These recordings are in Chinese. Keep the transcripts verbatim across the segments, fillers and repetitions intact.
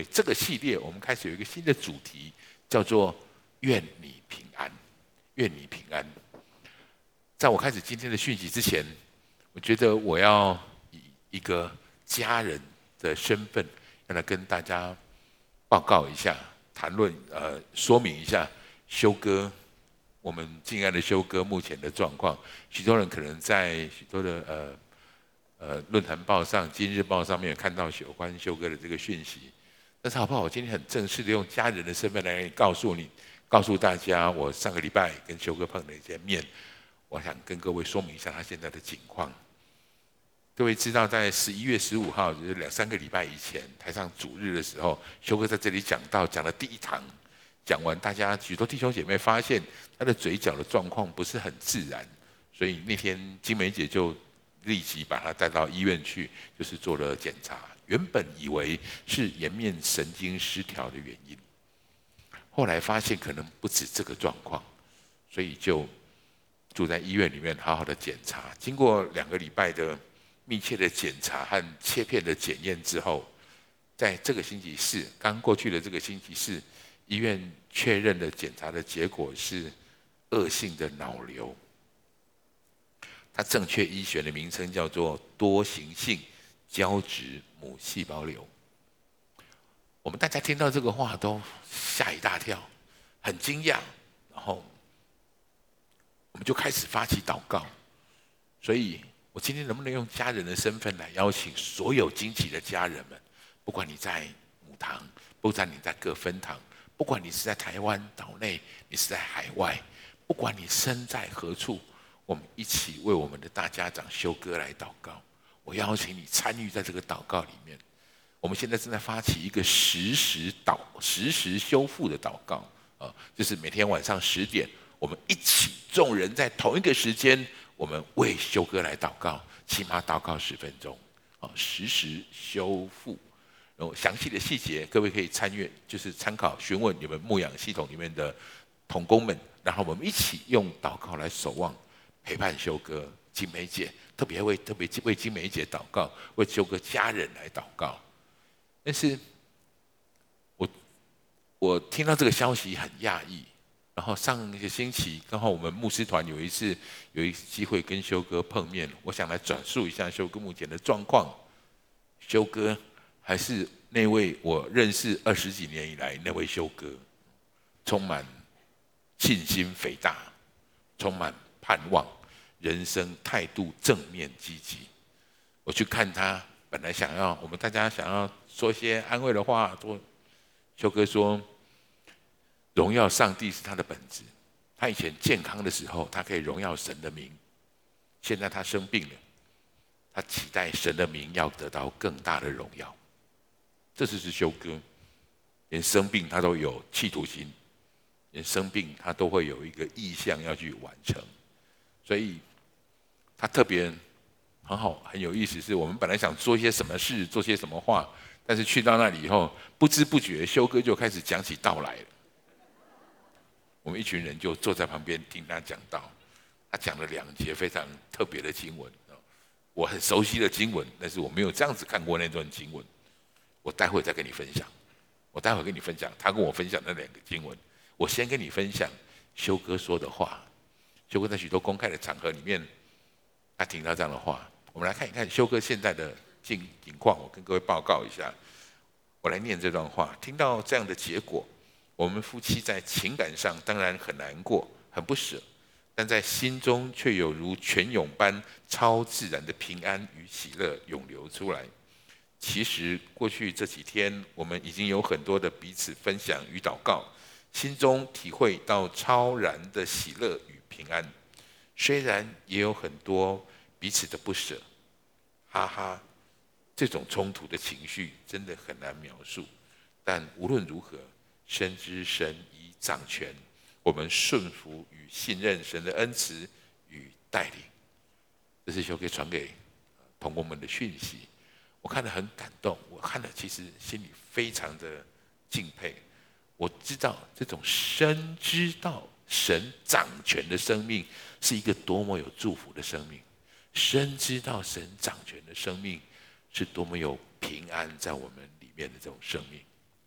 这个系列我们开始有一个新的主题，叫做愿你平安，愿你平安。在我开始今天的讯息之前，我觉得我要以一个家人的身份，要来跟大家报告一下，谈论呃说明一下修哥，我们敬爱的修哥目前的状况。许多人可能在许多的呃呃论坛报上、今日报上面有看到有关修哥的这个讯息。但是好不好？我今天很正式的用家人的身份来告诉你，告诉大家，我上个礼拜跟修哥碰了一见面，我想跟各位说明一下他现在的情况。各位知道，在十一月十五号，就是两三个礼拜以前，台上主日的时候，修哥在这里讲到，讲了第一堂，讲完，大家许多弟兄姐妹发现他的嘴角的状况不是很自然，所以那天金梅姐就立即把他带到医院去，就是做了检查。原本以为是颜面神经失调的原因，后来发现可能不止这个状况，所以就住在医院里面好好的检查。经过两个礼拜的密切的检查和切片的检验之后，在这个星期四，刚过去的这个星期四，医院确认的检查的结果是恶性的脑瘤，它正确医学的名称叫做多形性胶质母细胞瘤。我们大家听到这个话都吓一大跳，很惊讶，然后我们就开始发起祷告。所以我今天能不能用家人的身份来邀请所有惊奇的家人们，不管你在母堂，不管你在各分堂，不管你是在台湾岛内，你是在海外，不管你身在何处，我们一起为我们的大家长修哥来祷告。我邀请你参与在这个祷告里面。我们现在正在发起一个实时祷、实时修复的祷告，啊，就是每天晚上十点，我们一起众人在同一个时间，我们为修哥来祷告，起码祷告十分钟，啊，实时修复。然后详细的细节，各位可以参阅，就是参考询问你们牧养系统里面的同工们，然后我们一起用祷告来守望，陪伴修哥、金梅姐。特别为特别为金梅姐祷告，为修哥家人来祷告。但是我我听到这个消息很讶异，然后上个星期刚好我们牧师团有一次有一次机会跟修哥碰面，我想来转述一下修哥目前的状况。修哥还是那位我认识二十几年以来那位修哥，充满信心肥大，充满盼望。人生态度正面积极，我去看他，本来想要我们大家想要说一些安慰的话，说修哥说，荣耀上帝是他的本质。他以前健康的时候，他可以荣耀神的名，现在他生病了，他期待神的名要得到更大的荣耀。这就是修哥，连生病他都有企图心，连生病他都会有一个意向要去完成，所以。他特别很好，很有意思，是我们本来想做些什么事，做些什么话，但是去到那里以后，不知不觉修哥就开始讲起道来了。我们一群人就坐在旁边听他讲道，他讲了两节非常特别的经文，我很熟悉的经文，但是我没有这样子看过那段经文。我待会再跟你分享，我待会跟你分享他跟我分享那两个经文。我先跟你分享修哥说的话。修哥在许多公开的场合里面。他听到这样的话，我们来看一看修哥现在的境况。我跟各位报告一下，我来念这段话。听到这样的结果，我们夫妻在情感上当然很难过、很不舍，但在心中却有如泉涌般超自然的平安与喜乐涌流出来。其实过去这几天，我们已经有很多的彼此分享与祷告，心中体会到超然的喜乐与平安。虽然也有很多彼此的不舍，哈哈，这种冲突的情绪真的很难描述。但无论如何，深知神已掌权，我们顺服与信任神的恩慈与带领。这是修哥传给同工们的讯息，我看了很感动，我看了其实心里非常的敬佩。我知道这种深知道神掌权的生命是一个多么有祝福的生命，深知道神掌权的生命是多么有平安在我们里面的这种生命。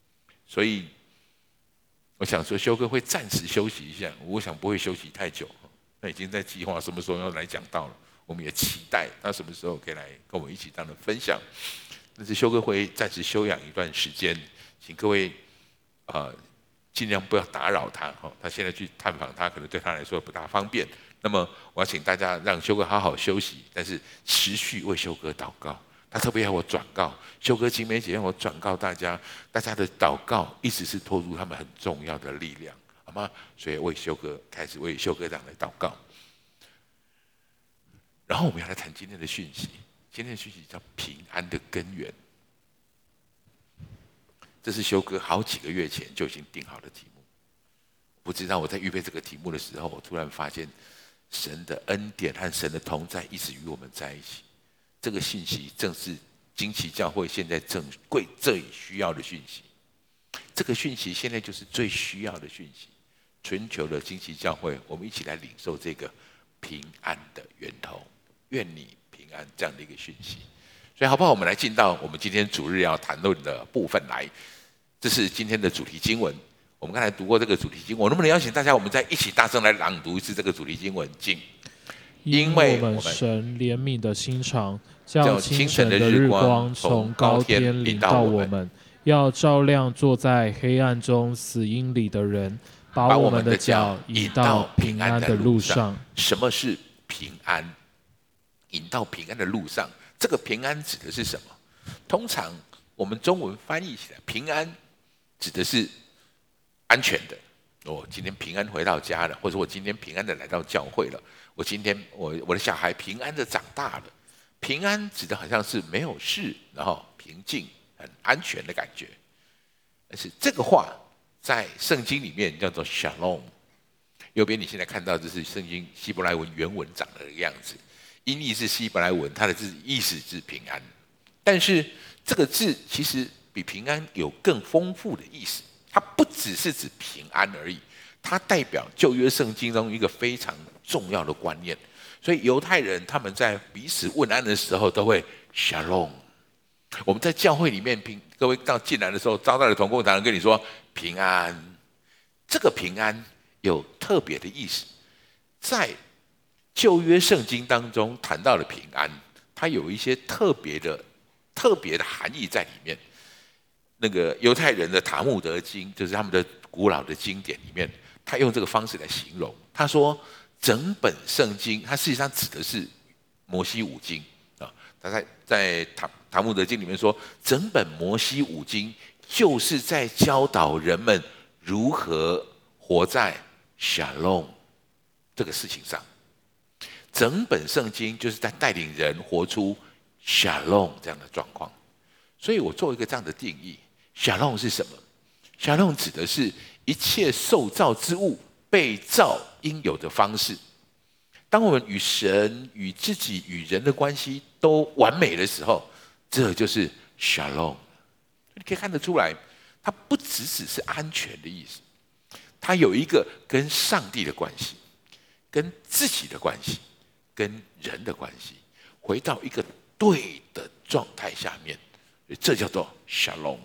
所以我想说修哥会暂时休息一下，我想不会休息太久，那已经在计划什么时候要来讲道了，我们也期待他什么时候可以来跟我们一起这样的分享。但是修哥会暂时休养一段时间，请各位呃尽量不要打扰他哈，他现在去探访他可能对他来说不大方便。那么我要请大家让修哥好好休息，但是持续为修哥祷告。他特别要我转告修哥、金梅姐，让我转告大家，大家的祷告一直是托入他们很重要的力量，好吗？所以为修哥开始为修哥长来祷告。然后我们要来谈今天的讯息，今天的讯息叫平安的根源。这是修哥好几个月前就已经定好的题目。不知道我在预备这个题目的时候，我突然发现神的恩典和神的同在一直与我们在一起。这个信息正是惊奇教会现在正贵最需要的讯息。这个讯息现在就是最需要的讯息。全球的惊奇教会，我们一起来领受这个平安的源头，愿你平安这样的一个讯息。所以好不好？我们来进到我们今天主日要谈论的部分来。这是今天的主题经文。我们刚才读过这个主题经文，我能不能邀请大家，我们再一起大声来朗读一次这个主题经文？请。 因为我们神怜悯的心肠，叫清晨的日光从高天临到我们，要照亮坐在黑暗中死荫里的人，把我们的脚引到平安的路上。 什么是平安？引到平安的路上，这个平安指的是什么？通常我们中文翻译起来，平安指的是安全的。我、哦、今天平安回到家了，或者我今天平安的来到教会了。我今天我我的小孩平安的长大了。平安指的好像是没有事，然后平静、很安全的感觉。但是这个话在圣经里面叫做 shalom。右边你现在看到这是圣经希伯来文原文长的样子，音译是希伯来文，它的字意思是平安。但是这个字其实比平安有更丰富的意思。它不只是指平安而已，它代表旧约圣经中一个非常重要的观念。所以犹太人他们在彼此问安的时候都会 shalom。我们在教会里面，各位到进来的时候，招待的同工常常跟你说平安。这个平安有特别的意思，在旧约圣经当中谈到的平安，它有一些特别的、特别的含义在里面。那个犹太人的塔木德经，就是他们的古老的经典里面，他用这个方式来形容。他说，整本圣经，它实际上指的是摩西五经啊。他在在塔塔木德经里面说，整本摩西五经就是在教导人们如何活在 shalom 这个事情上。整本圣经就是在带领人活出 shalom 这样的状况。所以我做一个这样的定义。shalom 是什么？ shalom 指的是一切受造之物被造应有的方式。当我们与神、与自己、与人的关系都完美的时候，这就是 shalom。 你可以看得出来，它不只只是安全的意思，它有一个跟上帝的关系、跟自己的关系、跟人的关系，回到一个对的状态下面，这叫做 shalom。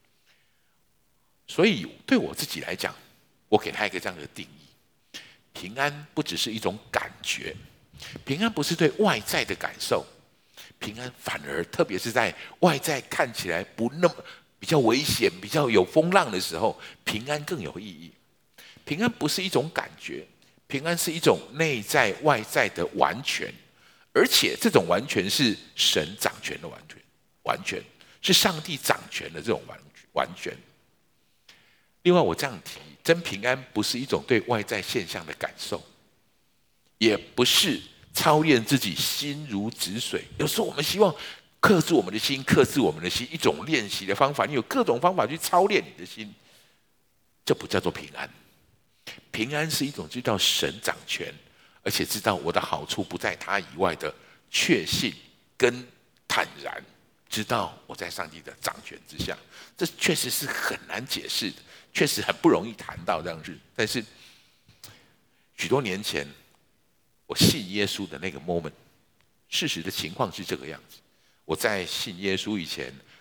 所以对我自己来讲，我给他一个这样的定义：平安不只是一种感觉，平安不是对外在的感受，平安反而特别是在外在看起来不那么比较危险、比较有风浪的时候，平安更有意义。平安不是一种感觉，平安是一种内在外在的完全，而且这种完全是神掌权的完全，完全是上帝掌权的这种完完全。另外，我这样提，真平安不是一种对外在现象的感受，也不是操练自己心如止水。有时候我们希望克制我们的心，克制我们的心，一种练习的方法，你有各种方法去操练你的心，这不叫做平安。平安是一种知道神掌权，而且知道我的好处不在他以外的确信跟坦然，知道我在上帝的掌权之下。这确实是很难解释的，确实很不容易谈到这样子。但是许多年前我信耶稣的那个 moment， 事实的情况是这个样子。我在信耶稣以前，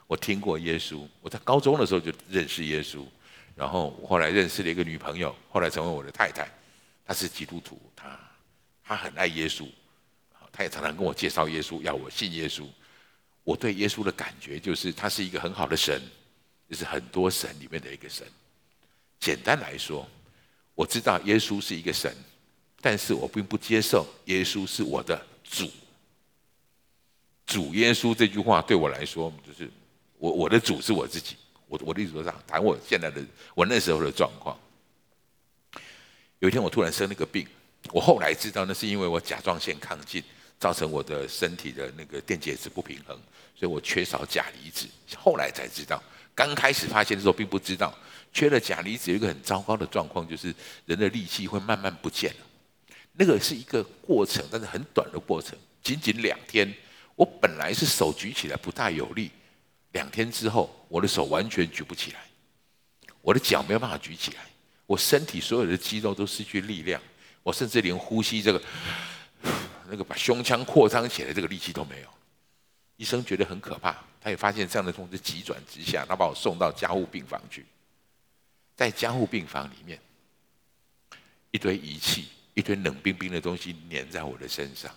我听过耶稣，我在高中的时候就认识耶稣，然后我后来认识了一个女朋友，后来成为我的太太，她是基督徒，她她很爱耶稣，她也常常跟我介绍耶稣，要我信耶稣。我对耶稣的感觉就是他是一个很好的神，就是很多神里面的一个神。简单来说，我知道耶稣是一个神，但是我并不接受耶稣是我的主。主耶稣这句话对我来说，就是我我的主是我自己。我我的意思是谈我现在的我那时候的状况。有一天我突然生了个病，我后来知道那是因为我甲状腺亢进，造成我的身体的那个电解质不平衡，所以我缺少钾离子。后来才知道，刚开始发现的时候并不知道，缺了钾离子有一个很糟糕的状况，就是人的力气会慢慢不见了。那个是一个过程，但是很短的过程，仅仅两天。我本来是手举起来不大有力，两天之后，我的手完全举不起来，我的脚没有办法举起来，我身体所有的肌肉都失去力量，我甚至连呼吸这个那个把胸腔扩张起来这个力气都没有。医生觉得很可怕，他也发现这样的状况是急转直下，他把我送到加护病房去。在加护病房里面，一堆仪器，一堆冷冰冰的东西粘在我的身上。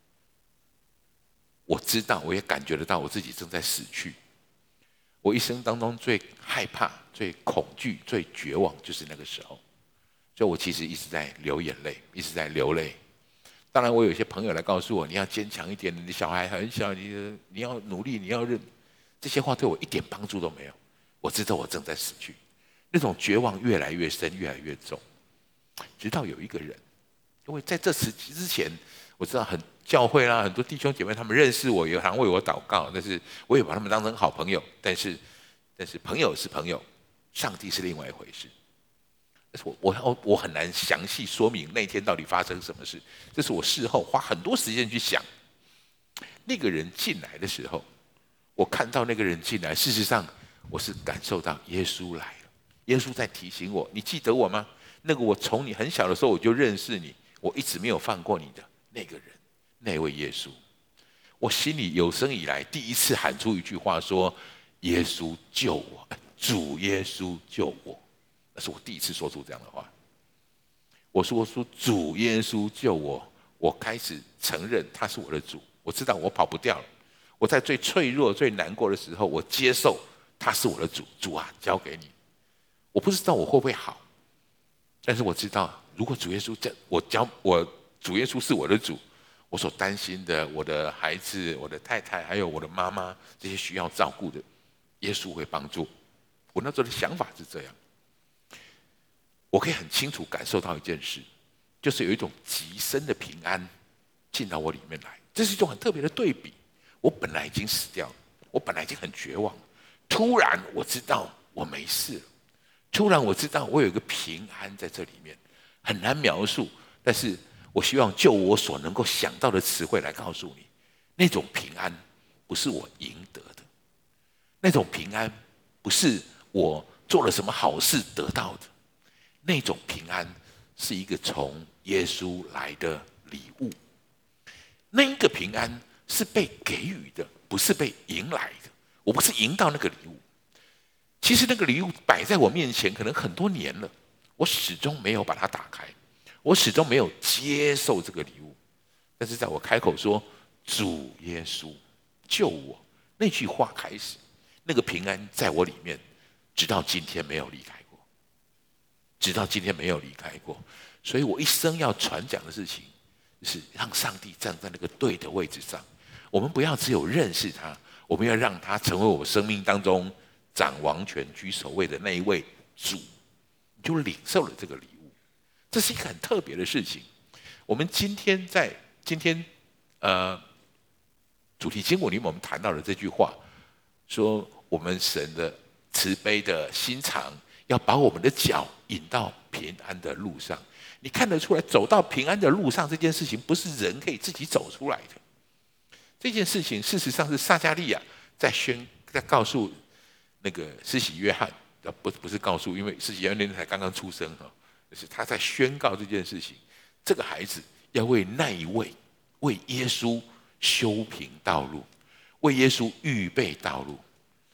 我知道，我也感觉得到我自己正在死去。我一生当中最害怕、最恐惧、最绝望，就是那个时候。所以我其实一直在流眼泪，一直在流泪。当然，我有一些朋友来告诉我，你要坚强一点，你的小孩很小，你你要努力，你要认。这些话对我一点帮助都没有。我知道我正在死去，那种绝望越来越深，越来越重。直到有一个人，因为在这时之前，我知道很教会啦，很多弟兄姐妹他们认识我，也常为我祷告，但是我也把他们当成好朋友。但是，但是朋友是朋友，上帝是另外一回事。我我我很难详细说明那天到底发生什么事，这是我事后花很多时间去想。那个人进来的时候，我看到那个人进来，事实上我是感受到耶稣来了。耶稣在提醒我，你记得我吗？那个我从你很小的时候我就认识你，我一直没有放过你的那个人，那位耶稣。我心里有生以来第一次喊出一句话说：耶稣救我，主耶稣救我。那是我第一次说出这样的话。我说说主耶稣救我，我开始承认他是我的主。我知道我跑不掉了。我在最脆弱、最难过的时候，我接受他是我的主。主啊，交给你。我不知道我会不会好，但是我知道，如果主耶稣我交我主耶稣是我的主，我所担心的，我的孩子、我的太太，还有我的妈妈这些需要照顾的，耶稣会帮助。我那时候的想法是这样。我可以很清楚感受到一件事，就是有一种极深的平安进到我里面来。这是一种很特别的对比。我本来已经死掉了，我本来已经很绝望，突然我知道我没事了，突然我知道我有一个平安在这里面，很难描述。但是我希望就我所能够想到的词汇来告诉你，那种平安不是我赢得的，那种平安不是我做了什么好事得到的。那种平安是一个从耶稣来的礼物，那一个平安是被给予的，不是被赢来的。我不是赢到那个礼物，其实那个礼物摆在我面前可能很多年了，我始终没有把它打开，我始终没有接受这个礼物。但是在我开口说主耶稣救我那句话开始，那个平安在我里面，直到今天没有离开过，直到今天没有离开过。所以我一生要传讲的事情，就是让上帝站在那个对的位置上。我们不要只有认识他，我们要让他成为我生命当中掌王权居首位的那一位主，你就领受了这个礼物。这是一个很特别的事情。我们今天在今天呃主题经文里面，我们谈到了这句话，说我们神的慈悲的心肠要把我们的脚引到平安的路上。你看得出来，走到平安的路上这件事情不是人可以自己走出来的。这件事情事实上是撒迦利亚在宣在告诉那个施洗约翰，不不是告诉，因为施洗约翰那才刚刚出生哈，就是他在宣告这件事情。这个孩子要为那一位为耶稣修平道路，为耶稣预备道路。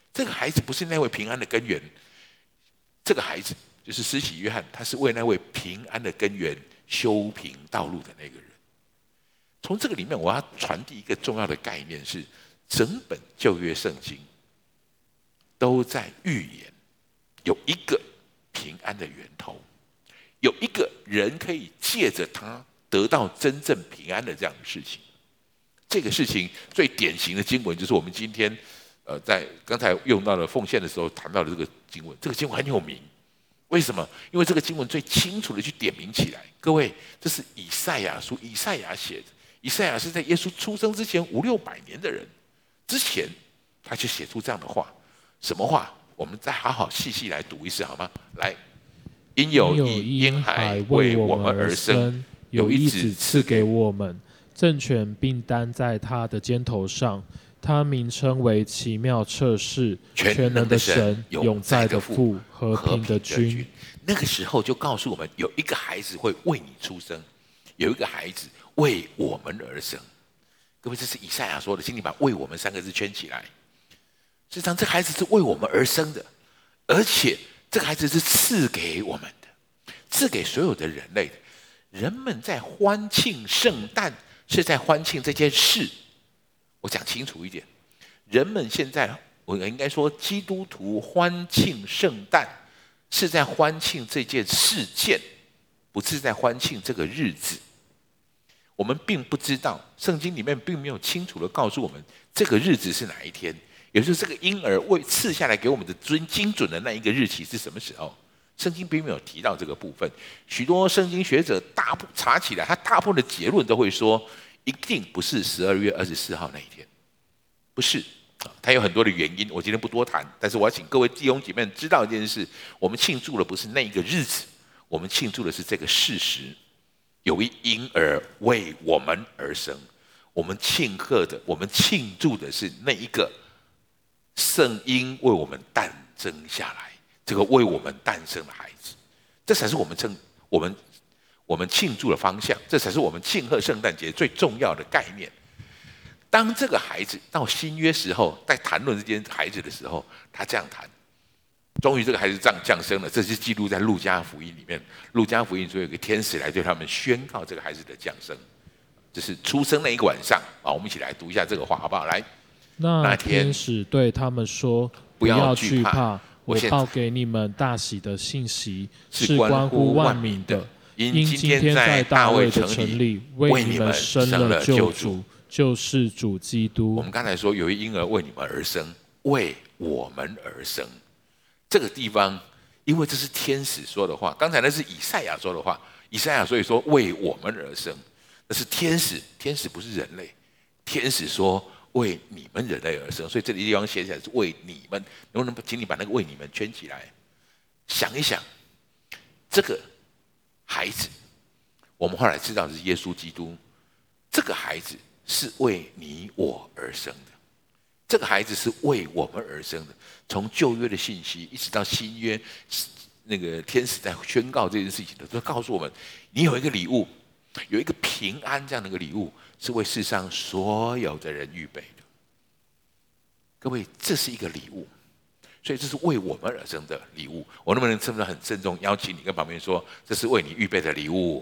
这个孩子不是那位平安的根源，这个孩子就是施洗约翰，他是为那位平安的根源修平道路的那个人。从这个里面，我要传递一个重要的概念是：整本旧约圣经都在预言有一个平安的源头，有一个人可以借着他得到真正平安的这样的事情。这个事情最典型的经文就是我们今天呃在刚才用到的奉献的时候谈到的这个经文。这个经文很有名，为什么？因为这个经文最清楚的去点明起来。各位，这是以赛亚书，以赛亚写的。以赛亚是在耶稣出生之前五六百年的人，之前他就写出这样的话。什么话？我们再好好细细来读一次好吗？来，因有一婴孩为我们而生，有一子赐给我们， 政权并担在他的肩头上。他名称为奇妙策士，全能的神，永在的父，和平的君。 那个时候就告诉我们，有一个孩子会为你出生，有一个孩子为我们而生。各位，这是以赛亚说的，请你把“为我们”三个字圈起来。实际上，这孩子是为我们而生的，而且这个孩子是赐给我们的，赐给所有的人类的。人们在欢庆圣诞，是在欢庆这件事。我讲清楚一点，人们现在，我应该说，基督徒欢庆圣诞，是在欢庆这件事件，不是在欢庆这个日子。我们并不知道，圣经里面并没有清楚的告诉我们这个日子是哪一天，也就是这个婴儿为赐下来给我们的尊精准的那一个日期是什么时候。圣经并没有提到这个部分。许多圣经学者大部查起来，他大部分的结论都会说，一定不是十二月二十四号那一天，不是。他有很多的原因，我今天不多谈。但是我要请各位弟兄姐妹知道一件事：我们庆祝的不是那一个日子，我们庆祝的是这个事实。有一婴儿为我们而生，我们庆贺的，我们庆祝的是那一个圣婴为我们诞生下来，这个为我们诞生的孩子，这才是我们称我们我们庆祝的方向，这才是我们庆贺圣诞节最重要的概念。当这个孩子到新约时候，在谈论这件孩子的时候，他这样谈。终于这个孩子这样降生了，这是记录在路加福音里面。路加福音说有个天使来对他们宣告这个孩子的降生，这是出生那一个晚上啊。我们一起来读一下这个话，好不好？来， 那天使对他们说：“不要惧怕，我报给你们大喜的信息，是关乎万民的。因今天在大卫的城里为你们生了救主，就是主基督。” 我们刚才说有一婴儿为你们而生，为我们而生。这个地方，因为这是天使说的话，刚才那是以赛亚说的话。以赛亚所以说为我们而生，那是天使，天使不是人类。天使说为你们人类而生，所以这里地方写起来是为你们。能不能请你把那个为你们圈起来？想一想，这个孩子，我们后来知道是耶稣基督，这个孩子是为你我而生的。这个孩子是为我们而生的。从旧约的信息一直到新约，那个天使在宣告这件事情的时候，告诉我们，你有一个礼物，有一个平安这样的一个礼物，是为世上所有的人预备的。各位，这是一个礼物，所以这是为我们而生的礼物。我能不能真的很郑重邀请你跟旁边说，这是为你预备的礼物？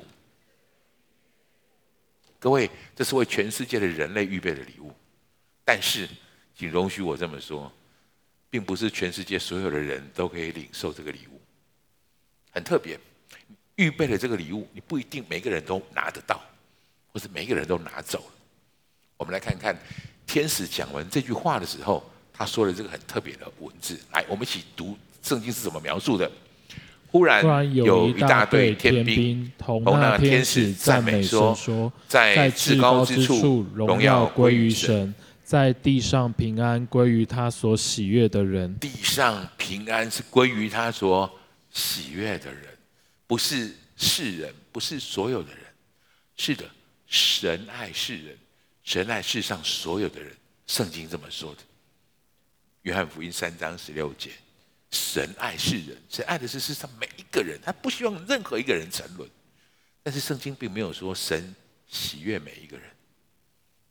各位，这是为全世界的人类预备的礼物。但是，请容许我这么说，并不是全世界所有的人都可以领受这个礼物，很特别。预备了这个礼物，你不一定每个人都拿得到，或是每个人都拿走了。我们来看看天使讲完这句话的时候，他说了这个很特别的文字。来，我们一起读圣经是怎么描述的。忽然有一大队天兵同那天使赞美说，在至高之处荣耀归于神， 在地上平安归于他所喜悦的人。 地上平安是归于他所喜悦的人，不是世人，不是所有的人。是的，神爱世人，神爱世上所有的人。圣经这么说的，约翰福音三章十六节，神爱世人，神爱的是世上每一个人，他不希望任何一个人沉沦。但是圣经并没有说神喜悦每一个人。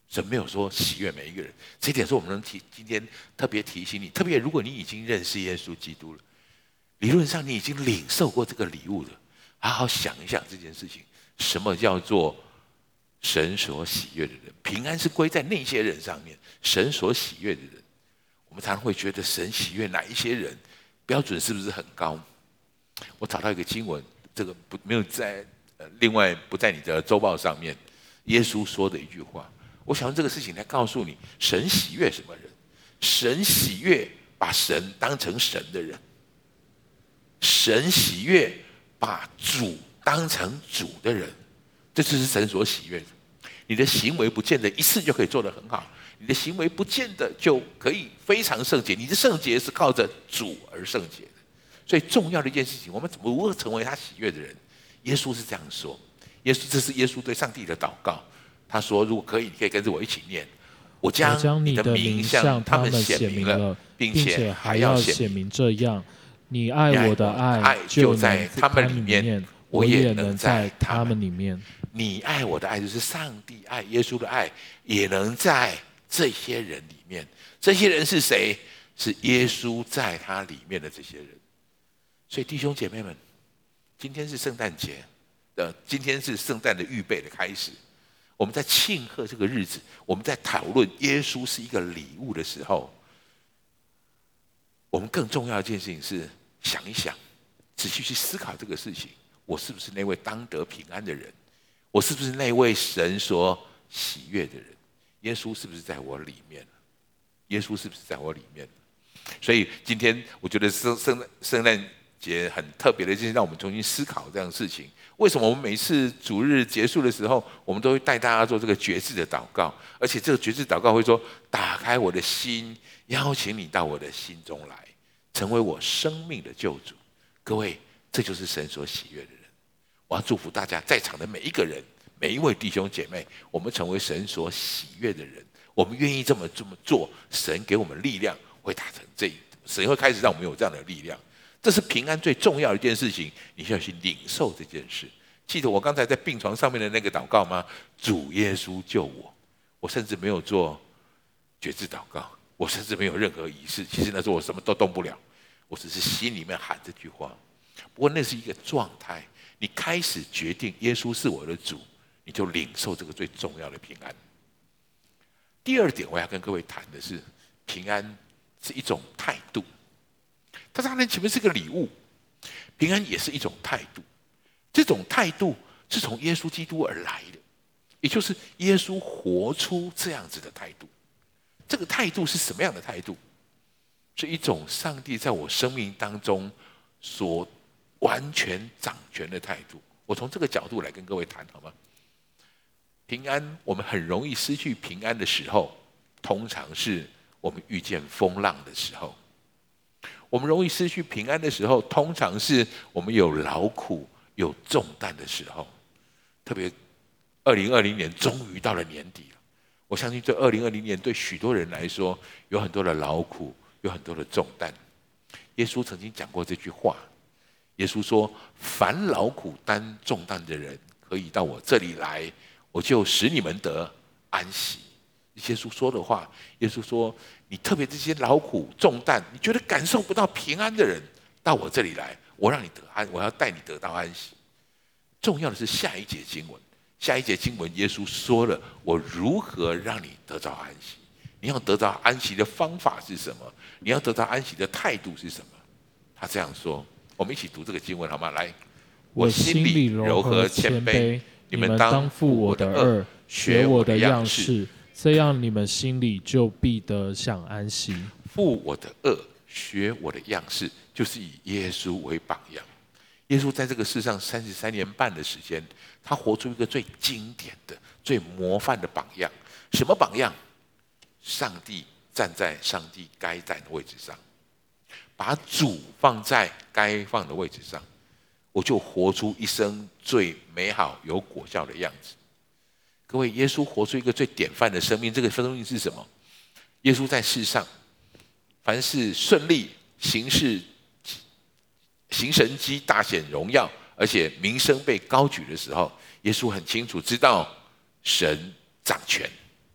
神没有说喜悦每一个人。这一点是我们能提今天特别提醒你，特别如果你已经认识耶稣基督了，理论上你已经领受过这个礼物了，好好想一想这件事情，什么叫做神所喜悦的人？平安是归在那些人上面，神所喜悦的人。我们常常会觉得神喜悦哪一些人，标准是不是很高？我找到一个经文，这个不没有在呃，另外不在你的周报上面，耶稣说的一句话。我想用这个事情来告诉你，神喜悦什么人？神喜悦把神当成神的人，神喜悦把主当成主的人，这就是神所喜悦的。你的行为不见得一次就可以做得很好，你的行为不见得就可以非常圣洁，你的圣洁是靠着主而圣洁的。所以重要的一件事情，我们怎么如何成为他喜悦的人？耶稣是这样说，耶稣这是耶稣对上帝的祷告。他说：“如果可以，你可以跟着我一起念。我将你的名向他们显明了，并且还要显明这样：你爱我的爱就在他们里面，我也能在他们里面。你爱我的爱就是上帝爱耶稣的爱，也能在这些人里面。这些人是谁？是耶稣在他里面的这些人。所以弟兄姐妹们，今天是圣诞节，呃，今天是圣诞的预备的开始。我们在庆贺这个日子，我们在讨论耶稣是一个礼物的时候，我们更重要的一件事情是想一想，仔细去思考这个事情：我是不是那位当得平安的人？我是不是那位神所喜悦的人？耶稣是不是在我里面？耶稣是不是在我里面？所以今天我觉得圣圣圣诞节很特别的，就是让我们重新思考这样的事情。为什么我们每次主日结束的时候，我们都会带大家做这个决志的祷告？而且这个决志祷告会说：打开我的心，邀请你到我的心中来，成为我生命的救主。各位，这就是神所喜悦的人。我要祝福大家在场的每一个人，每一位弟兄姐妹，我们成为神所喜悦的人。我们愿意这么这么做，神给我们力量，会达成这一，神会开始让我们有这样的力量。这是平安最重要的一件事情，你需要去领受这件事。记得我刚才在病床上面的那个祷告吗？主耶稣救我。我甚至没有做决志祷告，我甚至没有任何仪式。其实那时候我什么都动不了，我只是心里面喊这句话。不过那是一个状态，你开始决定耶稣是我的主，你就领受这个最重要的平安。第二点我要跟各位谈的是，平安是一种态度。它当然前面是个礼物，平安也是一种态度。这种态度是从耶稣基督而来的，也就是耶稣活出这样子的态度。这个态度是什么样的态度？是一种上帝在我生命当中所完全掌权的态度。我从这个角度来跟各位谈好吗？平安，我们很容易失去平安的时候，通常是我们遇见风浪的时候。我们容易失去平安的时候，通常是我们有劳苦、有重担的时候。特别二零二零年终于到了年底了，我相信这二零二零年对许多人来说，有很多的劳苦，有很多的重担。耶稣曾经讲过这句话，耶稣说：“凡劳苦担重担的人，可以到我这里来，我就使你们得安息。”耶稣说的话，耶稣说：“你特别这些劳苦重担，你觉得感受不到平安的人，到我这里来，我让你得安，我要带你得到安息。”重要的是下一节经文，下一节经文，耶稣说了：“我如何让你得到安息？你要得到安息的方法是什么？你要得到安息的态度是什么？”他这样说，我们一起读这个经文好吗？来， 我心里柔和谦卑，你们当负我的恶，学我的样式。这样你们心里就必得享安息。 负我的恶，学我的样式，就是以耶稣为榜样。耶稣在这个世上三十三年半的时间，他活出一个最经典的、最模范的榜样。什么榜样？上帝站在上帝该站的位置上，把主放在该放的位置上，我就活出一生最美好、有果效的样子。各位，耶稣活出一个最典范的生命，这个生命是什么？耶稣在世上，凡是顺利行事、行神迹、大显荣耀，而且名声被高举的时候，耶稣很清楚知道神掌权，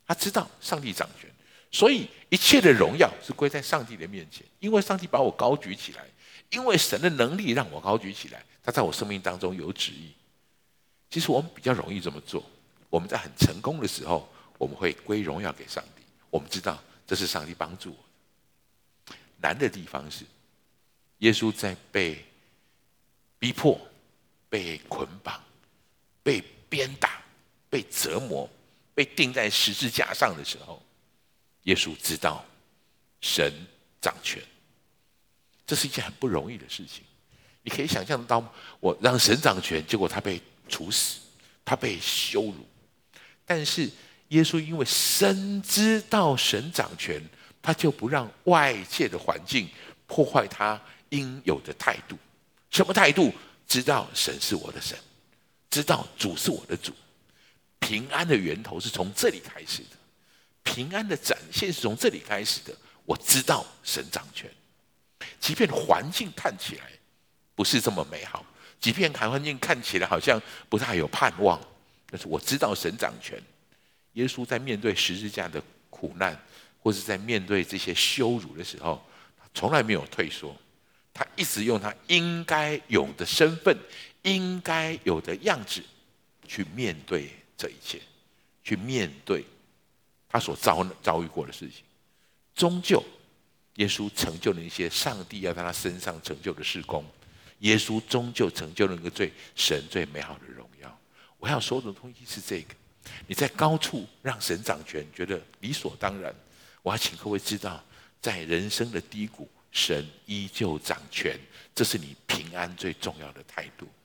他知道上帝掌权，所以一切的荣耀是归在上帝的面前，因为上帝把我高举起来，因为神的能力让我高举起来，他在我生命当中有旨意。其实我们比较容易这么做，我们在很成功的时候，我们会归荣耀给上帝，我们知道这是上帝帮助我的。难的地方是，耶稣在被逼迫、被捆绑、被鞭打、被折磨、被钉在十字架上的时候，耶稣知道神掌权，这是一件很不容易的事情。你可以想象到，我让神掌权，结果他被处死，他被羞辱。但是耶稣因为深知道神掌权，他就不让外界的环境破坏他应有的态度。什么态度？知道神是我的神，知道主是我的主。平安的源头是从这里开始的，平安的展现是从这里开始的。我知道神掌权，即便环境看起来不是这么美好，即便环境看起来好像不太有盼望，但是我知道神掌权。耶稣在面对十字架的苦难，或是在面对这些羞辱的时候，他从来没有退缩，他一直用他应该有的身份、应该有的样子去面对这一切，去面对他所 遭, 遭遇过的事情。终究耶稣成就了一些上帝要在他身上成就的事工，耶稣终究成就了一个最神最美好的荣耀。我要说的东西是这个，你在高处让神掌权觉得理所当然，我要请各位知道，在人生的低谷，神依旧掌权，这是你平安最重要的态度。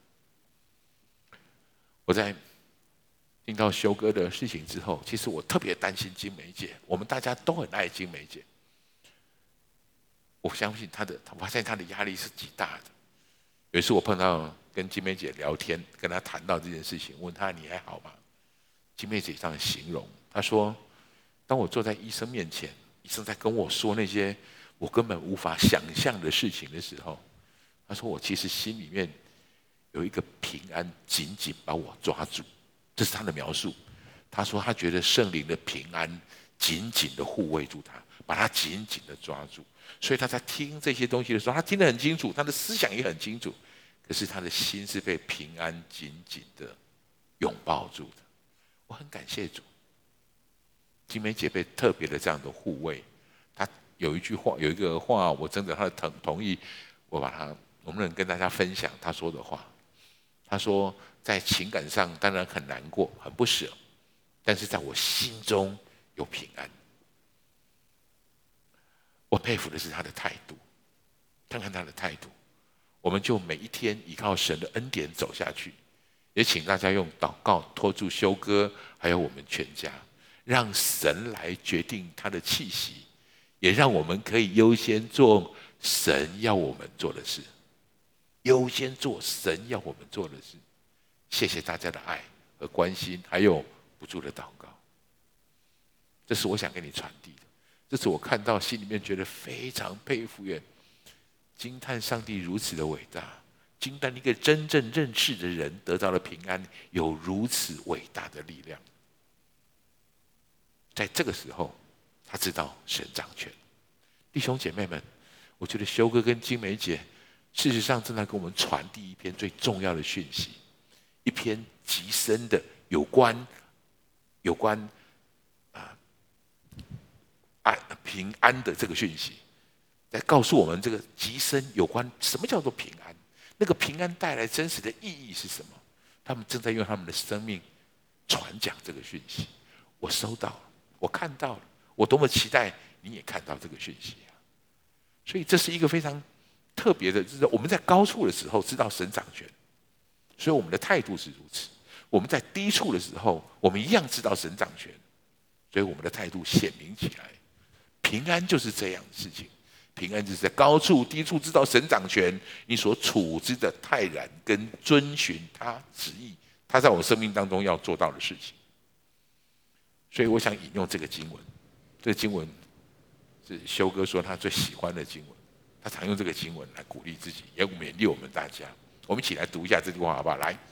我在听到修哥的事情之后，其实我特别担心金梅姐，我们大家都很爱金梅姐，我相信她的，我发现她的压力是极大的。有一次我碰到跟金梅姐聊天，跟她谈到这件事情，问她你还好吗？金梅姐这样形容，她说：当我坐在医生面前，医生在跟我说那些我根本无法想象的事情的时候，她说我其实心里面有一个平安紧紧把我抓住。这是他的描述。他说他觉得圣灵的平安紧紧的护卫住他，把他紧紧的抓住。所以他在听这些东西的时候，他听得很清楚，他的思想也很清楚，可是他的心是被平安紧紧的拥抱住的。我很感谢主，金梅姐被特别的这样的护卫。他有一句话，有一个话，我征得他的同同意，我把他能不能跟大家分享他说的话。他说在情感上当然很难过，很不舍，但是在我心中有平安。我佩服的是他的态度，看看他的态度，我们就每一天依靠神的恩典走下去。也请大家用祷告托住修哥还有我们全家，让神来决定他的气息，也让我们可以优先做神要我们做的事，优先做神要我们做的事。谢谢大家的爱和关心，还有不住的祷告。这是我想跟你传递的，这是我看到心里面觉得非常佩服，也惊叹上帝如此的伟大，惊叹一个真正认识的人得到了平安，有如此伟大的力量。在这个时候，他知道神掌权。弟兄姐妹们，我觉得修哥跟金梅姐事实上正在跟我们传递一篇最重要的讯息，一篇极深的有关有关啊安平安的这个讯息，在告诉我们这个极深有关什么叫做平安，那个平安带来真实的意义是什么。他们正在用他们的生命传讲这个讯息。我收到了，我看到了，我多么期待你也看到这个讯息啊！所以这是一个非常特别的，就是我们在高处的时候知道神掌权，所以我们的态度是如此；我们在低处的时候，我们一样知道神掌权，所以我们的态度显明起来。平安就是这样的事情，平安就是在高处低处知道神掌权，你所处之的泰然跟遵循他旨意，他在我生命当中要做到的事情。所以我想引用这个经文，这个经文是修哥说他最喜欢的经文，他常用这个经文来鼓励自己，也勉励我们大家。我们一起来读一下这句话好不好？来，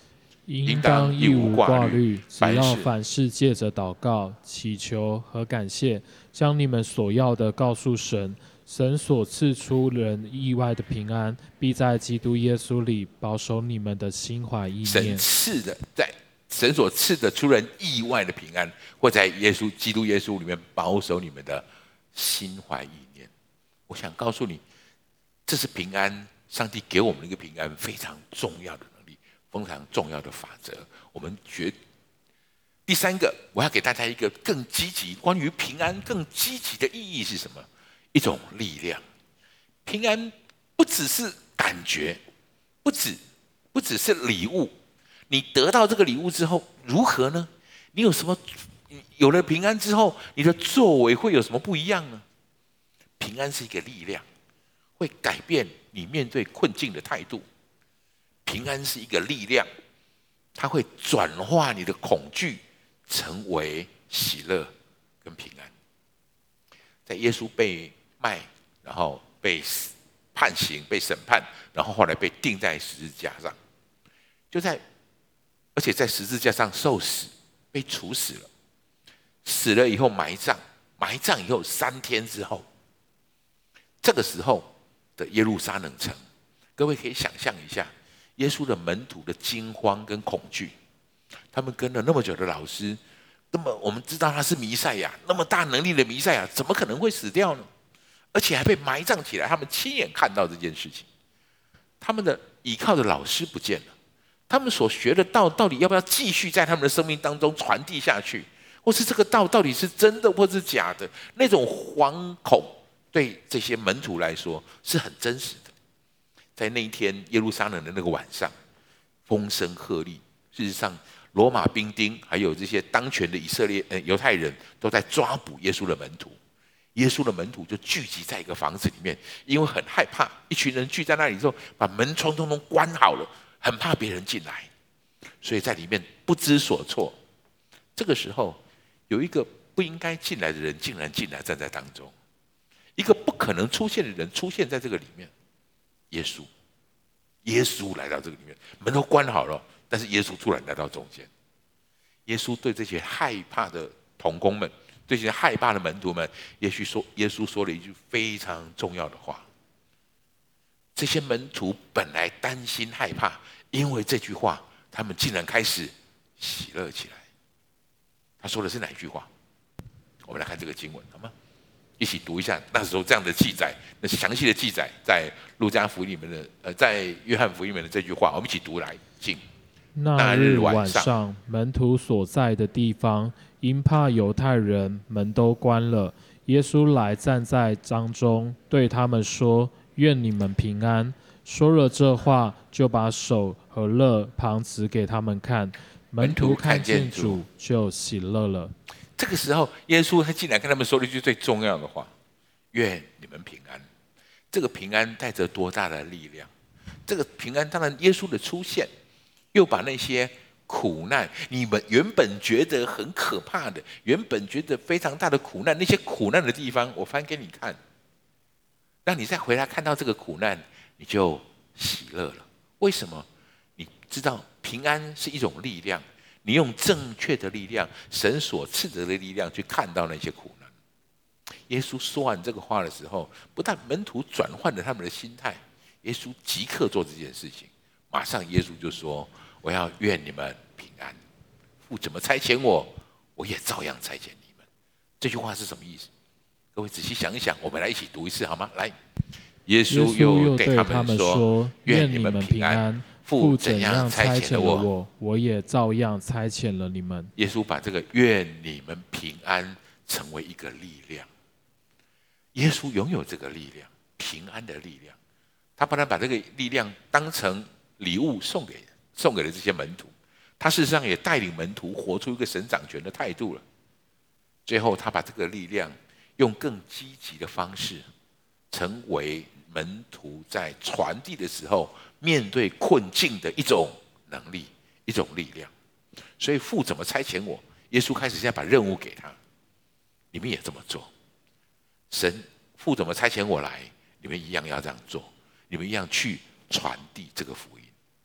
应当一无挂虑，只要凡事借着祷告、祈求和感谢，将你们所要的告诉神。神所赐出人意外的平安，必在基督耶稣里保守你们的心怀意念。 神赐的，在神所赐的出人意外的平安，会在耶稣基督耶稣里面保守你们的心怀意念。我想告诉你，这是平安，上帝给我们的一个平安非常重要的能力，非常重要的法则。我们觉第三个，我要给大家一个更积极关于平安更积极的意义是什么？一种力量。平安不只是感觉，不只不只是礼物。你得到这个礼物之后如何呢？你有什么？有了平安之后，你的作为会有什么不一样呢？平安是一个力量，会改变你面对困境的态度。平安是一个力量，它会转化你的恐惧成为喜乐跟平安。在耶稣被卖，然后被判刑、被审判，然后后来被钉在十字架上，就在而且在十字架上受死，被处死了。死了以后埋葬，埋葬以后三天之后，这个时候的耶路撒冷城，各位可以想象一下，耶稣的门徒的惊慌跟恐惧。他们跟了那么久的老师，那么我们知道他是弥赛亚，那么大能力的弥赛亚，怎么可能会死掉呢？而且还被埋葬起来，他们亲眼看到这件事情。他们的依靠的老师不见了，他们所学的道到底要不要继续在他们的生命当中传递下去？或是这个道到底是真的或是假的？那种惶恐对这些门徒来说是很真实的。在那一天耶路撒冷的那个晚上，风声鹤唳，事实上罗马兵丁还有这些当权的以色列呃犹太人都在抓捕耶稣的门徒。耶稣的门徒就聚集在一个房子里面，因为很害怕，一群人聚在那里之后，把门窗通通关好了，很怕别人进来，所以在里面不知所措。这个时候，有一个不应该进来的人竟然进来站在当中，一个不可能出现的人出现在这个里面。耶稣，耶稣来到这个里面，门都关好了，但是耶稣突然来到中间。耶稣对这些害怕的同工们，对这些害怕的门徒们，也许说耶稣说了一句非常重要的话。这些门徒本来担心害怕，因为这句话，他们竟然开始喜乐起来。他说的是哪一句话？我们来看这个经文好吗？一起读一下那时候这样的记载，那详细的记载在路加福音里面的，呃，在约翰福音里面的这句话，我们一起读来，请。 那日晚上，门徒所在的地方，因怕犹太人，门都关了。耶稣来站在当中，对他们说：“愿你们平安。”说了这话，就把手和肋旁指给他们看。门徒看见主，就喜乐了。 这个时候，耶稣他竟然跟他们说了一句最重要的话：“愿你们平安。”这个平安带着多大的力量？这个平安，当然耶稣的出现，又把那些苦难，你们原本觉得很可怕的，原本觉得非常大的苦难，那些苦难的地方，我翻给你看，让你再回来看到这个苦难，你就喜乐了。为什么？你知道平安是一种力量，你用正确的力量，神所赐的力量去看到那些苦难。耶稣说完这个话的时候，不但门徒转换了他们的心态，耶稣即刻做这件事情。马上耶稣就说：“我要愿你们平安。父怎么差遣我，我也照样差遣你们。”这句话是什么意思？各位仔细想一想，我们来一起读一次好吗？来，耶稣又对他们说：“愿你们平安。父怎样差遣了我， 我也照样差遣了你们。” 耶稣把这个“愿你们平安”成为一个力量。耶稣拥有这个力量，平安的力量。他不但把这个力量当成礼物送给送给了这些门徒，他事实上也带领门徒活出一个神掌权的态度了。最后，他把这个力量用更积极的方式，成为门徒在传递的时候面对困境的一种能力，一种力量。所以父怎么差遣我，耶稣开始现在把任务给他，你们也这么做。神父怎么差遣我来，你们一样要这样做，你们一样去传递这个福音。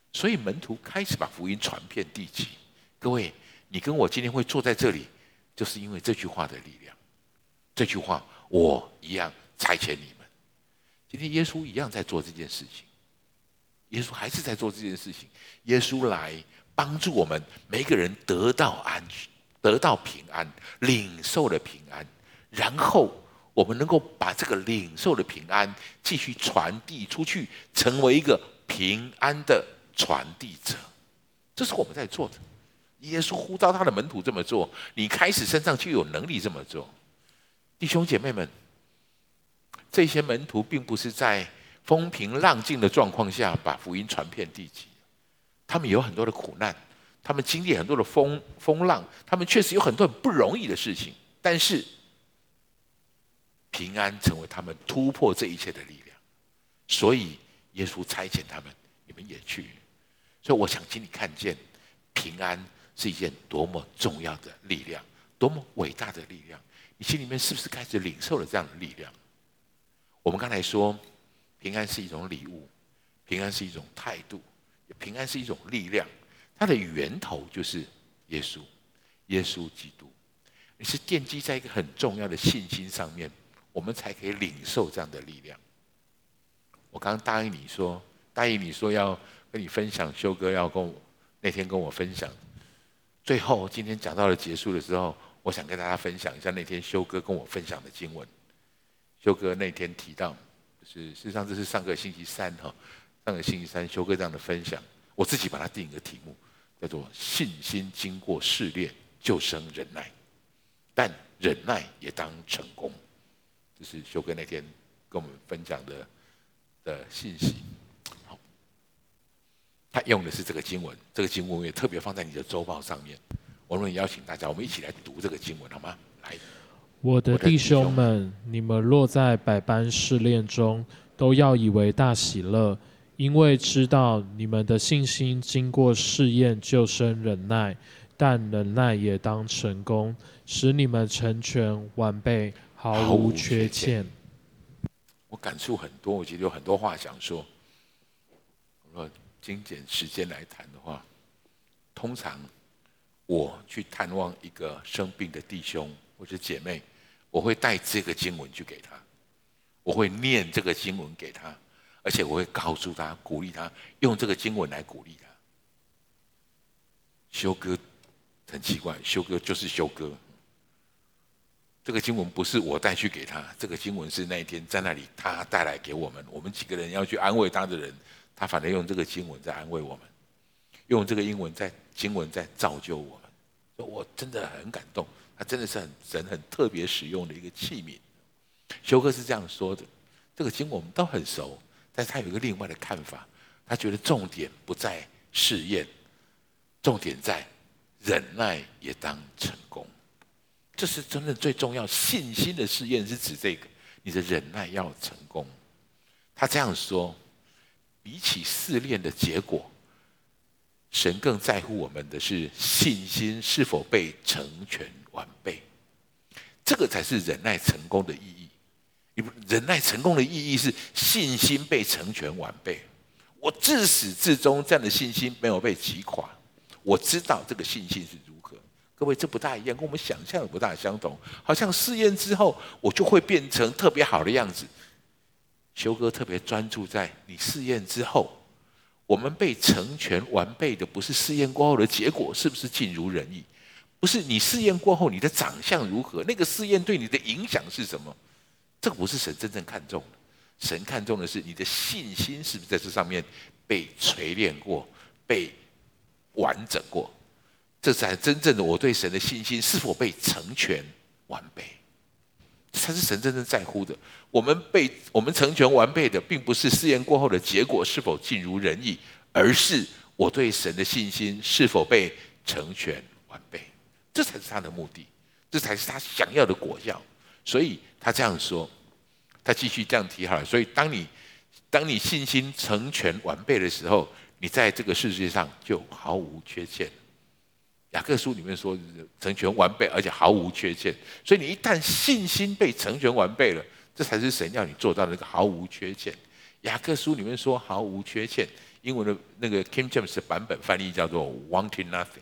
所以门徒开始把福音传遍地极。各位，你跟我今天会坐在这里，就是因为这句话的力量。这句话，我一样差遣你们。今天耶稣一样在做这件事情，耶稣还是在做这件事情。耶稣来帮助我们每一个人得到安全，得到平安，领受了平安，然后我们能够把这个领受的平安继续传递出去，成为一个平安的传递者。这是我们在做的。耶稣呼召他的门徒这么做，你开始身上就有能力这么做。弟兄姐妹们，这些门徒并不是在风平浪静的状况下把福音传遍地极，他们有很多的苦难，他们经历很多的风风浪，他们确实有很多很不容易的事情，但是平安成为他们突破这一切的力量。所以耶稣差遣他们，你们也去。所以我想请你看见，平安是一件多么重要的力量，多么伟大的力量。你心里面是不是开始领受了这样的力量？我们刚才说，平安是一种礼物，平安是一种态度，平安是一种力量。它的源头就是耶稣，耶稣基督。你是奠基在一个很重要的信心上面，我们才可以领受这样的力量。我刚刚答应你说，答应你说要跟你分享，修哥要跟我那天跟我分享。最后今天讲到了结束的时候，我想跟大家分享一下那天修哥跟我分享的经文。修哥那天提到，就是事实上这是上个星期三哈，上个星期三修哥这样的分享，我自己把它定一个题目，叫做信心经过试炼，就生忍耐，但忍耐也当成功。这是修哥那天跟我们分享的的信息。好，他用的是这个经文，这个经文我也特别放在你的周报上面。我们邀请大家，我们一起来读这个经文，好吗？来， 我的弟兄们，你们落在百般试炼中，都要以为大喜乐，因为知道你们的信心经过试验，就生忍耐，但忍耐也当成功，使你们成全完备，毫无缺欠。 我感触很多，我觉得有很多话想说。如果精简时间来谈的话，通常我去探望一个生病的弟兄或者姐妹，我会带这个经文去给他，我会念这个经文给他，而且我会告诉他，鼓励他，用这个经文来鼓励他。修哥很奇怪，修哥就是修哥。这个经文不是我带去给他，这个经文是那一天在那里他带来给我们，我们几个人要去安慰他的人，他反而用这个经文在安慰我们，用这个英文在经文在造就我们。我真的很感动，他真的是很神很特别使用的一个器皿。修哥是这样说的，这个经文我们都很熟，但是他有一个另外的看法，他觉得重点不在试验，重点在忍耐也当成功。这是真的最重要，信心的试验是指这个，你的忍耐要成功。他这样说，比起试炼的结果，神更在乎我们的是信心是否被成全完备，这个才是忍耐成功的意义。忍耐成功的意义是信心被成全完备。我自始至终这样的信心没有被击垮，我知道这个信心是如何。各位，这不大一样，跟我们想象的不大相同。好像试验之后，我就会变成特别好的样子。修哥特别专注在你试验之后，我们被成全完备的不是试验过后的结果是不是尽如人意，不是你试验过后你的长相如何，那个试验对你的影响是什么，这个不是神真正看重的。神看重的是你的信心是不是在这上面被锤炼过，被完整过，这才真正的我对神的信心是否被成全完备，这才是神真正在乎的。我们被我们成全完备的，并不是试验过后的结果是否尽如人意，而是我对神的信心是否被成全完备，这才是他的目的，这才是他想要的果效。所以他这样说，他继续这样提好了。所以当你当你信心成全完备的时候，你在这个世界上就毫无缺欠。雅各书里面说成全完备，而且毫无缺欠。所以你一旦信心被成全完备了，这才是神要你做到的那个毫无缺欠。 雅各书里面说毫无缺陷，英文的那个 King James 的版本翻译叫做 wanting nothing。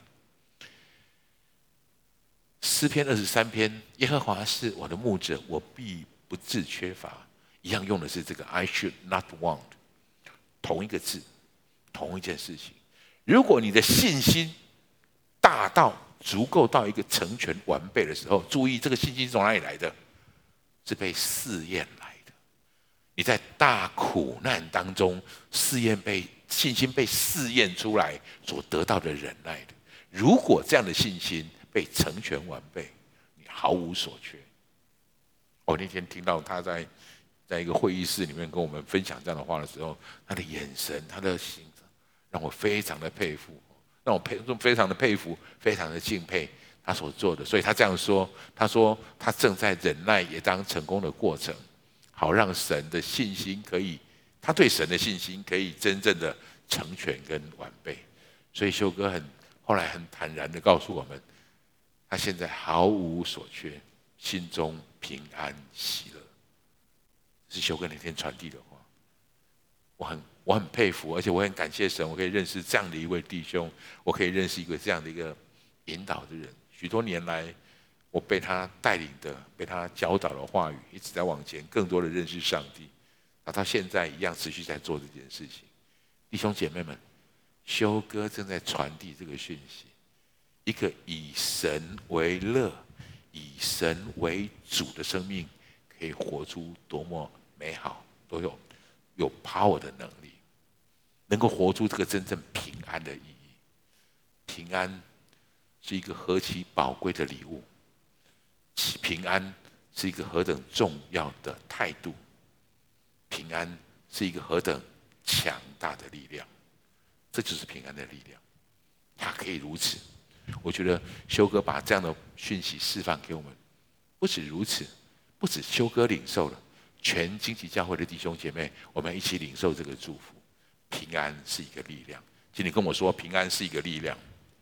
诗篇二十三篇，耶和华是我的牧者，我必不致缺乏。一样用的是这个 I should not want， 同一个字，同一件事情。如果你的信心大到足够到一个成全完备的时候，注意这个信心从哪里来的？是被试验来的。你在大苦难当中，试验被信心被试验出来所得到的忍耐的。如果这样的信心被成全完备，你毫无所缺。我那天听到他在在一个会议室里面跟我们分享这样的话的时候，他的眼神，他的心，让我非常的佩服，让我佩非常的佩服，非常的敬佩他所做的。所以他这样说，他说他正在忍耐也当成功的过程，好让神的信心可以，他对神的信心可以真正的成全跟完备。所以修哥很后来很坦然的告诉我们，他现在毫无所缺，心中平安喜乐。是修哥那天传递的话，我很我很佩服，而且我很感谢神，我可以认识这样的一位弟兄，我可以认识一个这样的一个引导的人。许多年来，我被他带领的，被他教导的话语，一直在往前，更多的认识上帝。他到现在一样持续在做这件事情。弟兄姐妹们，修哥正在传递这个讯息，一个以神为乐、以神为主的生命，可以活出多么美好，都有有 power 的能力，能够活出这个真正平安的意义。平安是一个何其宝贵的礼物，平安是一个何等重要的态度，平安是一个何等强大的力量。这就是平安的力量，它可以如此。我觉得修哥把这样的讯息释放给我们，不止如此，不止修哥领受了，全荆棘教会的弟兄姐妹，我们一起领受这个祝福。平安是一个力量，请你跟我说，平安是一个力量。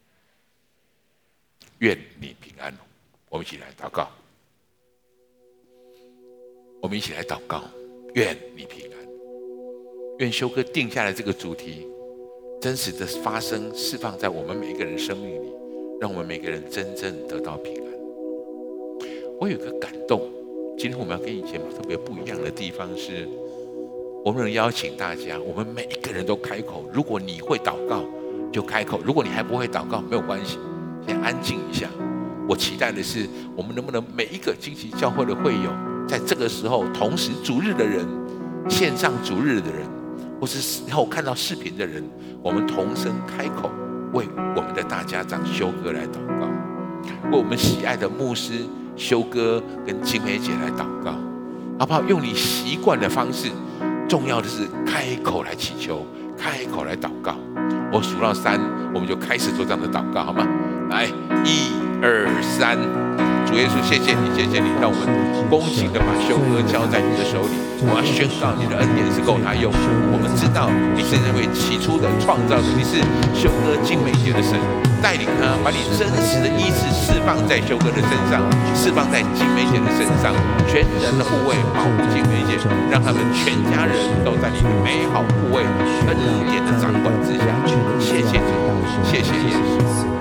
愿你平安。我们一起来祷告，我们一起来祷告，愿你平安。愿修哥定下来这个主题，真实的发生释放在我们每一个人生命里，让我们每个人真正得到平安。我有个感动，今天我们要跟以前特别不一样的地方是，我们能邀请大家，我们每一个人都开口。如果你会祷告就开口，如果你还不会祷告没有关系，先安静一下。我期待的是，我们能不能每一个荆棘教会的会友，在这个时候同时主日的人、线上主日的人，或是事后看到视频的人，我们同声开口，为我们的大家长修哥来祷告，为我们喜爱的牧师修哥跟金梅姐来祷告，好不好？用你习惯的方式，重要的是开口来祈求，开口来祷告。我数到三，我们就开始做这样的祷告，好吗？来，一二三。主耶稣，谢谢你，谢谢你，让我们恭敬的把修哥交在你的手里。我要宣告你的恩典是够他用。我们知道你是那位起初的创造者，你是修哥金梅姐的神，带领他把你真实的医治释放在修哥的身上，释放在金梅姐的身上，全人的护卫保护金梅姐，让他们全家人都在你的美好护卫恩典的掌管之下。谢谢主，谢谢耶稣。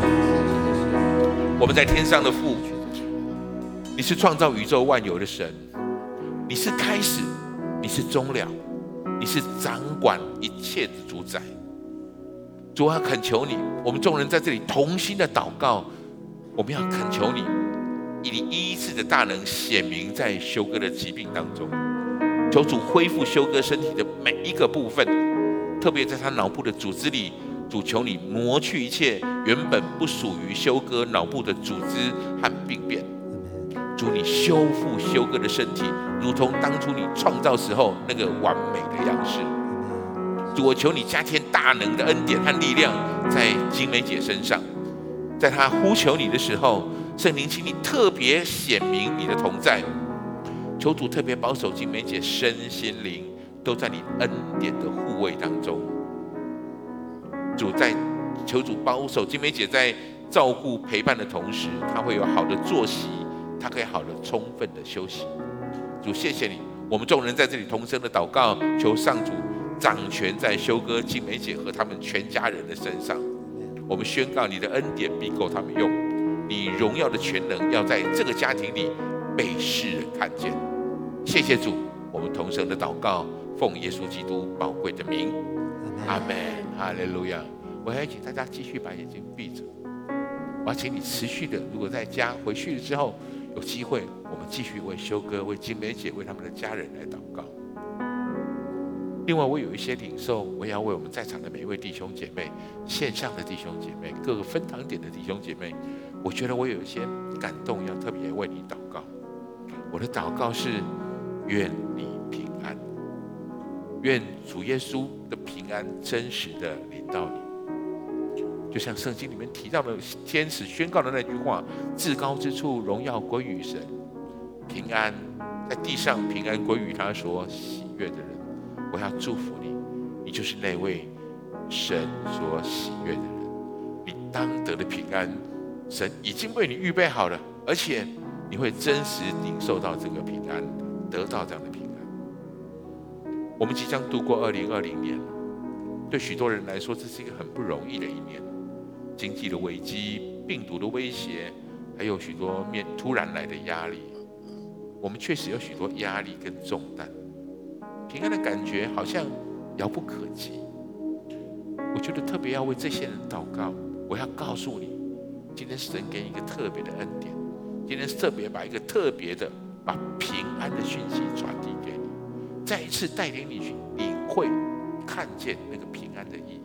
我们在天上的父，你是创造宇宙万有的神，你是开始，你是终了，你是掌管一切的主宰。主啊，恳求你，我们众人在这里同心的祷告，我们要恳求你，以你医治的大能显明在修哥的疾病当中。求主恢复修哥身体的每一个部分，特别在他脑部的组织里，主求你挪去一切原本不属于修哥脑部的组织和病变。主，你修复修哥的身体，如同当初你创造时候那个完美的样式。主，我求你加添大能的恩典和力量在金梅姐身上，在她呼求你的时候，圣灵，请你特别显明你的同在。求主特别保守金梅姐身心灵都在你恩典的护卫当中。主，在求主保守金梅姐在照顾陪伴的同时，她会有好的作息，她可以好的充分的休息。主，谢谢你， 我们众人在这里同声的祷告，求上主掌权在修哥、金梅姐和他们全家人的身上。我们宣告你的恩典必够他们用，你荣耀的全能要在这个家庭里被世人看见。谢谢主，我们同声的祷告，奉耶稣基督宝贵的名，阿们，哈利路亚。我还要请大家继续把眼睛闭着，我要请你持续的，如果在家回去之后有机会，我们继续为修哥、为金梅姐、为他们的家人来祷告。另外，我有一些领受，我也要为我们在场的每一位弟兄姐妹、线上的弟兄姐妹、各个分堂点的弟兄姐妹，我觉得我有一些感动，要特别为你祷告。我的祷告是：愿你平安，愿主耶稣的平安真实的临到你。就像圣经里面提到的天使宣告的那句话：至高之处荣耀归于神，平安在地上平安归于他所喜悦的人。我要祝福你，你就是那位神所喜悦的人，你当得的平安，神已经为你预备好了，而且你会真实领受到这个平安，得到这样的平安。我们即将度过二零二零年，对许多人来说，这是一个很不容易的一年。经济的危机、病毒的威胁，还有许多面突然来的压力，我们确实有许多压力跟重担。平安的感觉好像遥不可及。我觉得特别要为这些人祷告。我要告诉你，今天神给你一个特别的恩典，今天特别把一个特别的把平安的讯息传递给你，再一次带领你去领会、看见那个平安的意义。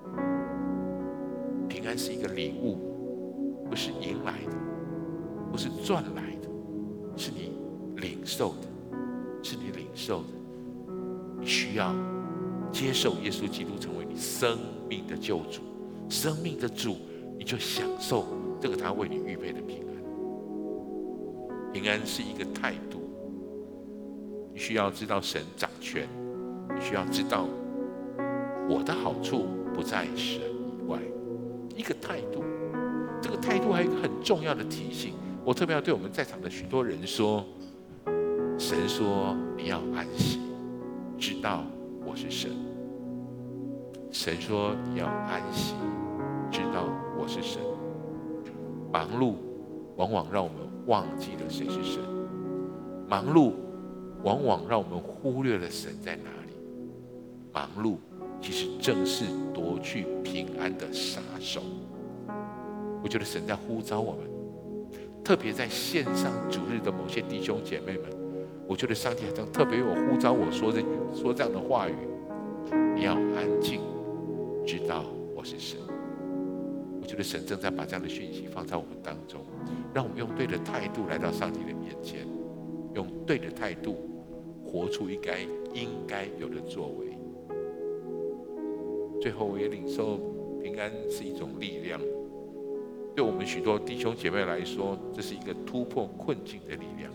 平安是一个礼物，不是赢来的，不是赚来的，是你领受的，是你领受的。你需要接受耶稣基督成为你生命的救主，生命的主，你就享受这个他为你预备的平安。平安是一个态度，你需要知道神掌权，你需要知道我的好处不在神以外。一个态度，这个态度还有一个很重要的提醒，我特别要对我们在场的许多人说：神说你要安息，知道我是神。神说你要安息，知道我是神。忙碌往往让我们忘记了谁是神，忙碌往往让我们忽略了神在哪里。忙碌其实正是夺去平安的杀手。我觉得神在呼召我们，特别在线上主日的某些弟兄姐妹们，我觉得上帝好像特别有呼召我说这句说这样的话语：你要安静，知道我是神。我觉得神正在把这样的讯息放在我们当中，让我们用对的态度来到上帝的面前，用对的态度活出应该应该有的作为。最后，我也领受平安是一种力量，对我们许多弟兄姐妹来说，这是一个突破困境的力量。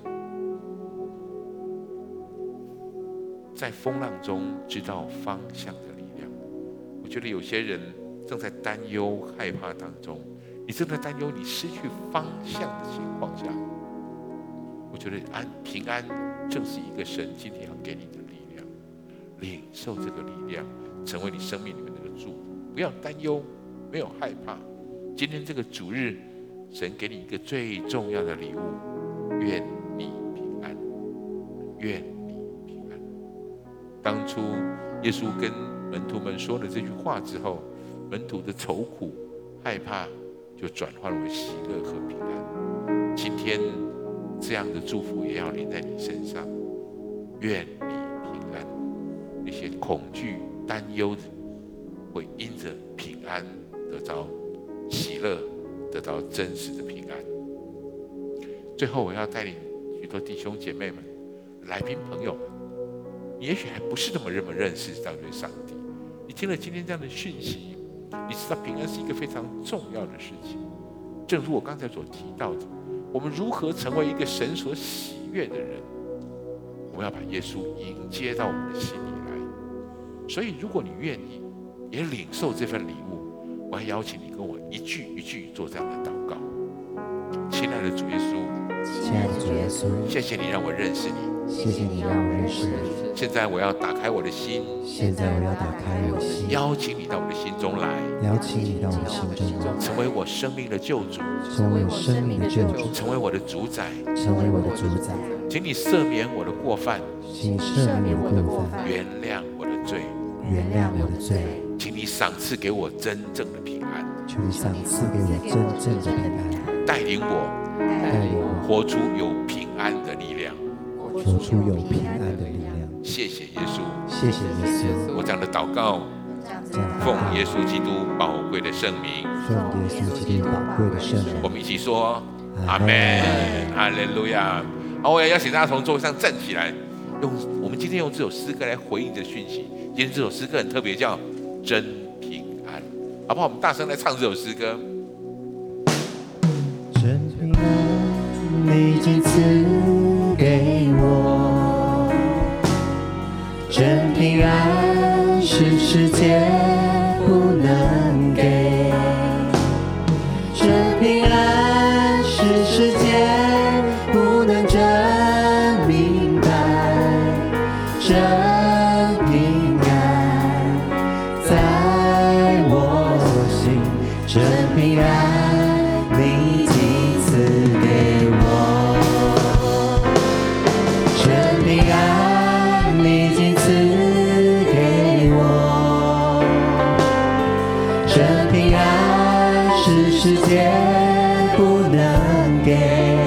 在风浪中知道方向的力量。我觉得有些人正在担忧、害怕当中，你正在担忧你失去方向的情况下，我觉得安平安正是一个神今天要给你的力量，领受这个力量，成为你生命里面的祝福。不要担忧，没有害怕。今天这个主日，神给你一个最重要的礼物，愿你平安，愿你平安。当初耶稣跟门徒们说了这句话之后，门徒的愁苦、害怕就转换为喜乐和平安。今天这样的祝福也要临在你身上，愿你平安。那些恐惧、担忧的，会因着平安得到喜乐，得到真实的平安。最后，我要带领许多弟兄姐妹们、来宾朋友们，你也许还不是那么认么认识这位上帝，你听了今天这样的讯息，你知道平安是一个非常重要的事情。正如我刚才所提到的，我们如何成为一个神所喜悦的人？我们要把耶稣迎接到我们的心里来。所以，如果你愿意，也领受这份礼物，我还邀请你跟我一句一句做这样的祷告。亲爱的主耶稣， 亲爱的主耶稣， 谢谢你让我认识你， 谢谢你让我认识你。 现在我要打开我的心， 现在我要打开我的心， 邀请你到我的心中来， 邀请你到我的心中来， 成为我生命的救主， 成为我生命的救主， 成为我的主宰， 成为我的主宰。 请你赦免我的过犯， 请赦免我的过犯， 原谅我的罪， 原谅我的罪。 请你赏赐给我真正的平安， 求你赏赐给我真正的平安， 带领我， 带领我活出有平安的力量， 活出有平安的力量。 谢谢耶稣， 谢谢耶稣。 我这样的祷告，奉耶稣基督宝贵的圣名， 奉耶稣基督宝贵的圣名。 我们一起说阿们，哈利路亚。好，我要邀请大家从座位上站起来，用我们今天用这首诗歌来回应这讯息。今天这首诗歌很特别，叫真平安，好不好？我们大声来唱这首诗歌。 真平安，你已经赐给我，真平安是世界不能给，真平安是世界不能真明白，真平安在我心，真平安你已经赐给我，真平安你已经赐给我，真平安是世界不能给，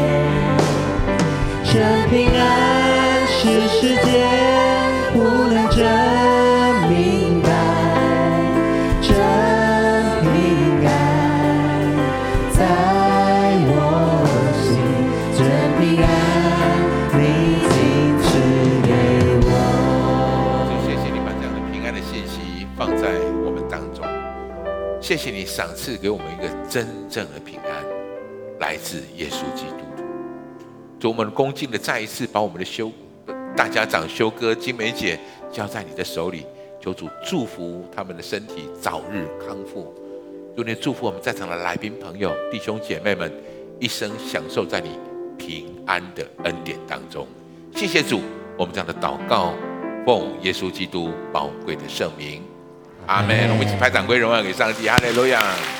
真平安是世界不能真明白，真平安在我心，真平安你已经赐给我。 就谢谢你把这样的平安的信息放在我们当中，谢谢你赏赐给我们一个真正的平安，来自耶稣基督。主，我们恭敬的再一次把我们的修大家长修哥、金梅姐交在你的手里，求主祝福他们的身体早日康复。祝你祝福我们在场的来宾朋友、弟兄姐妹们，一生享受在你平安的恩典当中。谢谢主，我们这样的祷告，奉耶稣基督宝贵的圣名，阿们。我们一起拍掌归荣耀给上帝，哈利路亚。